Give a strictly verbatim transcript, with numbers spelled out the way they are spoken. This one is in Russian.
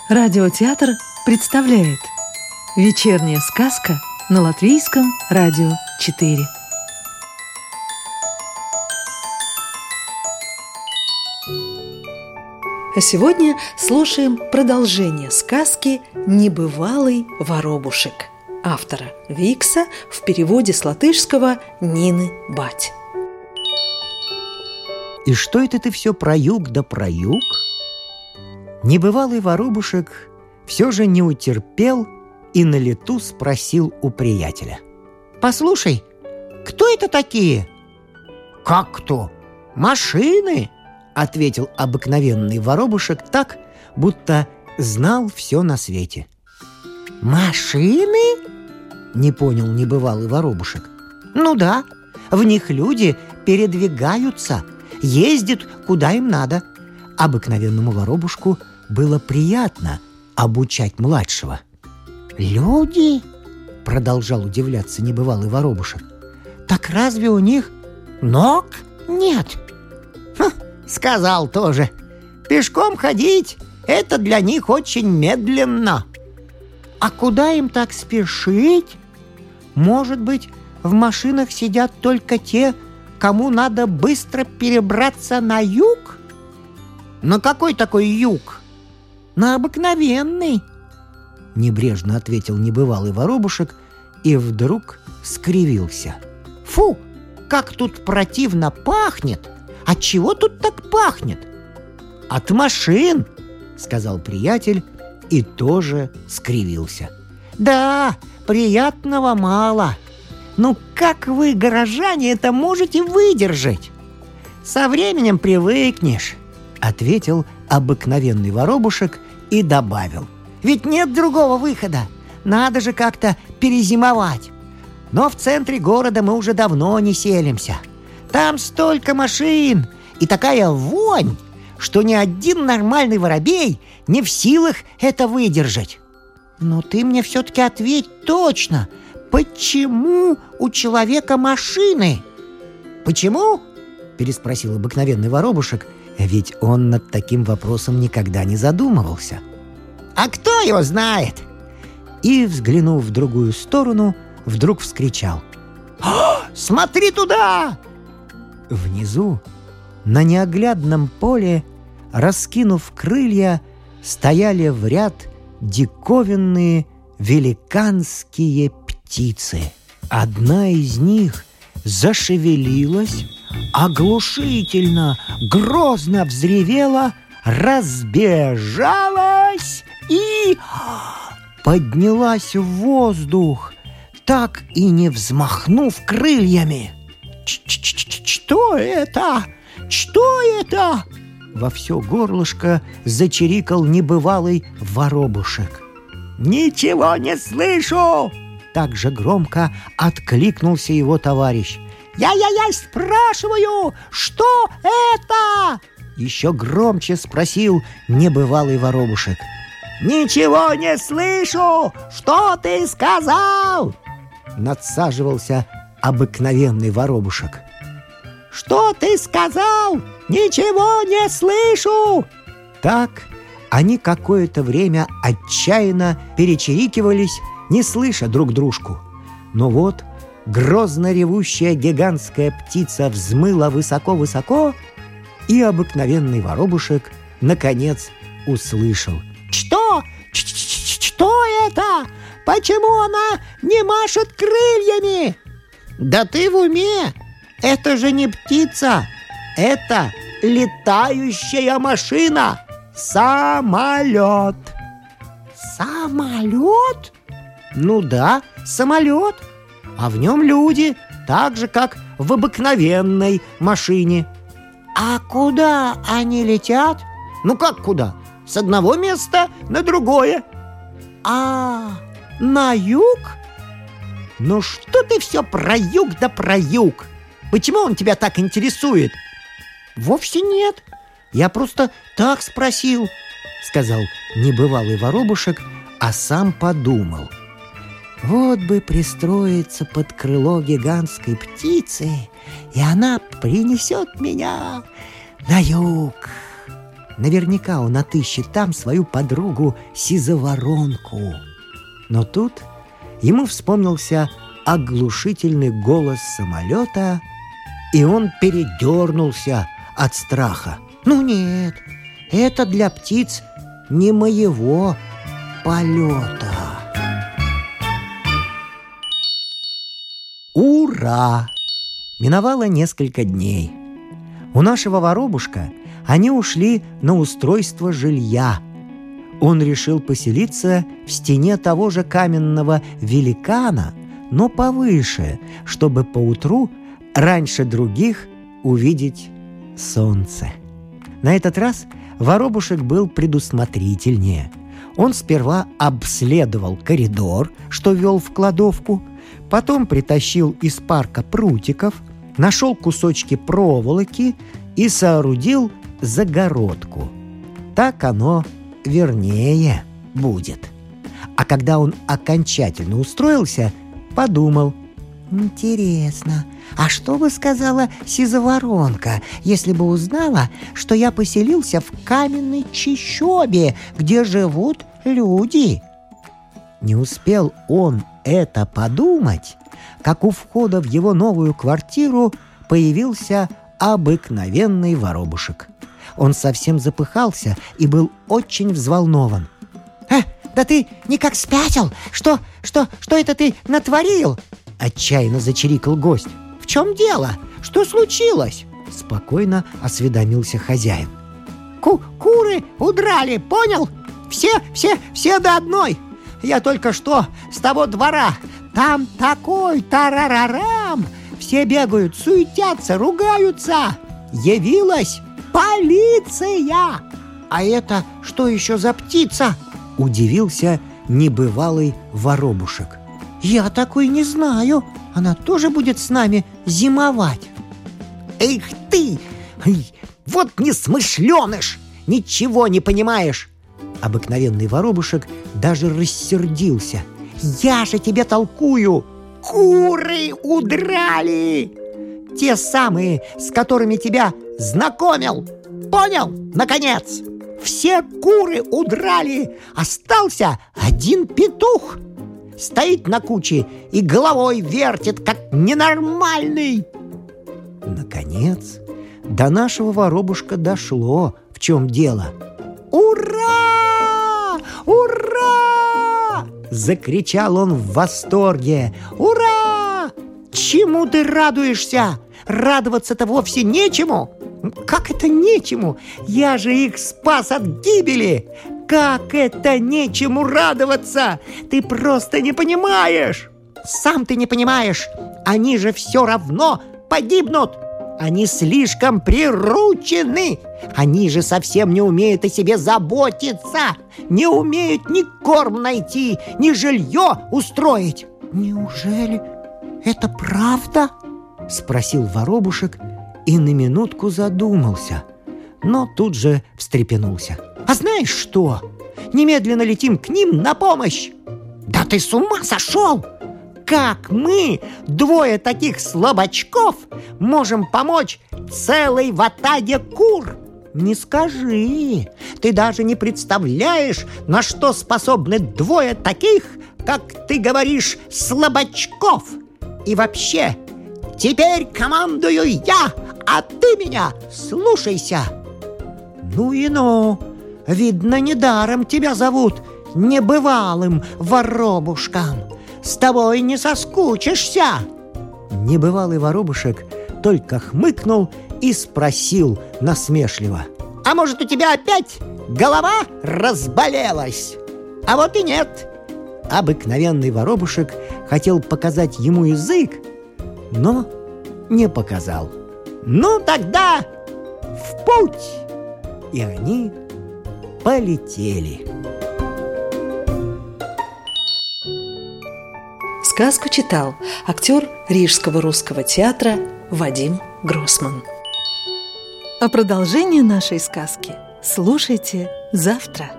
Радиотеатр представляет «Вечерняя сказка» на Латвийском радио четыре. А сегодня слушаем продолжение сказки «Небывалый воробушек» автора Викса в переводе с латышского Нины Бать. И что это ты все про юг да про юг? Небывалый воробушек все же не утерпел и на лету спросил у приятеля: «Послушай, кто это такие?» «Как кто? Машины!» — ответил обыкновенный воробушек так, будто знал все на свете. «Машины?» — не понял небывалый воробушек. «Ну да, в них люди передвигаются, ездят куда им надо». Обыкновенному воробушку было приятно обучать младшего. «Люди?» — продолжал удивляться небывалый воробушек. «Так разве у них ног нет?» «Хм, сказал тоже. Пешком ходить — это для них очень медленно». «А куда им так спешить? Может быть, в машинах сидят только те, кому надо быстро перебраться на юг?» «На какой такой юг?» «На обыкновенный», — небрежно ответил небывалый воробушек и вдруг скривился. «Фу, как тут противно пахнет! От чего тут так пахнет?» «От машин», — сказал приятель и тоже скривился. «Да, приятного мало. Ну как вы, горожане, это можете выдержать?» «Со временем привыкнешь», — ответил обыкновенный воробушек и добавил: «Ведь нет другого выхода. Надо же как-то перезимовать. Но в центре города мы уже давно не селимся. Там столько машин и такая вонь, что ни один нормальный воробей не в силах это выдержать». «Но ты мне все-таки ответь точно, почему у человека машины?» «Почему?» — переспросил обыкновенный воробушек, ведь он над таким вопросом никогда не задумывался. «А кто его знает?» И, взглянув в другую сторону, вдруг вскричал: «О, смотри туда!» Внизу, на неоглядном поле, раскинув крылья, стояли в ряд диковинные великанские птицы. Одна из них зашевелилась, оглушительно, грозно взревела, разбежалась и поднялась в воздух, так и не взмахнув крыльями. «Что это? Что это?» Во все горлышко зачирикал небывалый воробушек. «Ничего не слышу!» Так же громко откликнулся его товарищ. «Я-я-я спрашиваю, что это?» Еще громче спросил небывалый воробушек. «Ничего не слышу! Что ты сказал?» Надсаживался обыкновенный воробушек. «Что ты сказал? Ничего не слышу!» Так они какое-то время отчаянно перечирикивались, не слыша друг дружку. Но вот грозно ревущая гигантская птица взмыла высоко-высоко, и обыкновенный воробушек наконец услышал: «Что? Что это? Почему она не машет крыльями?» «Да ты в уме! Это же не птица! Это летающая машина! Самолет!» «Самолет?» «Ну да, самолет. А в нем люди, так же, как в обыкновенной машине». «А куда они летят?» «Ну как куда? С одного места на другое». «А, на юг?» «Ну что ты все про юг да про юг? Почему он тебя так интересует?» «Вовсе нет. Я просто так спросил», — сказал небывалый воробушек, а сам подумал: вот бы пристроиться под крыло гигантской птицы, и она принесет меня на юг. Наверняка он отыщет там свою подругу Сизоворонку. Но тут ему вспомнился оглушительный голос самолета, и он передернулся от страха. Ну нет, это для птиц не моего полета. Ура! Миновало несколько дней. У нашего воробушка они ушли на устройство жилья. Он решил поселиться в стене того же каменного великана, но повыше, чтобы поутру раньше других увидеть солнце. На этот раз воробушек был предусмотрительнее. Он сперва обследовал коридор, что вел в кладовку, потом притащил из парка прутиков, нашел кусочки проволоки и соорудил загородку. Так оно вернее будет. А когда он окончательно устроился, подумал: интересно, а что бы сказала Сизоворонка, если бы узнала, что я поселился в каменной чащобе, где живут люди? Не успел он это подумать, как у входа в его новую квартиру появился обыкновенный воробушек. Он совсем запыхался и был очень взволнован. «Э, да ты никак спятил! Что, что, что это ты натворил?» Отчаянно зачирикал гость. «В чем дело? Что случилось?» Спокойно осведомился хозяин. Ку «Куры удрали, понял? Все, все, все до одной! Я только что с того двора. Там такой тарарарам! Все бегают, суетятся, ругаются! Явилась полиция!» «А это что еще за птица?» Удивился небывалый воробушек. «Я такой не знаю. Она тоже будет с нами зимовать». «Эх ты! Вот несмышленыш! Ничего не понимаешь!» Обыкновенный воробушек даже рассердился. «Я же тебе толкую! Куры удрали! Те самые, с которыми тебя знакомил! Понял, наконец? Все куры удрали! Остался один петух! Стоит на куче и головой вертит, как ненормальный!» Наконец, до нашего воробушка дошло, в чем дело. «Ура! Ура!» — закричал он в восторге. «Ура! Чему ты радуешься? Радоваться-то вовсе нечему!» «Как это нечему? Я же их спас от гибели! Как это нечему радоваться? Ты просто не понимаешь!» «Сам ты не понимаешь! Они же все равно погибнут! Они слишком приручены! Они же совсем не умеют о себе заботиться! Не умеют ни корм найти, ни жилье устроить!» «Неужели это правда?» — спросил воробушек и на минутку задумался, но тут же встрепенулся. «А знаешь что? Немедленно летим к ним на помощь!» «Да ты с ума сошел! Как мы, двое таких слабачков, можем помочь целой ватаге кур? Не скажи! Ты даже не представляешь, на что способны двое таких, как ты говоришь, слабачков! И вообще, теперь командую я, а ты меня слушайся!» «Ну и ну! Видно, недаром тебя зовут небывалым воробушком! С тобой не соскучишься!» Небывалый воробушек только хмыкнул и спросил насмешливо: «А может, у тебя опять голова разболелась?» «А вот и нет!» Обыкновенный воробушек хотел показать ему язык, но не показал. «Ну тогда в путь!» И они полетели. Сказку читал актер Рижского русского театра Вадим Гроссман. А продолжение нашей сказки слушайте завтра.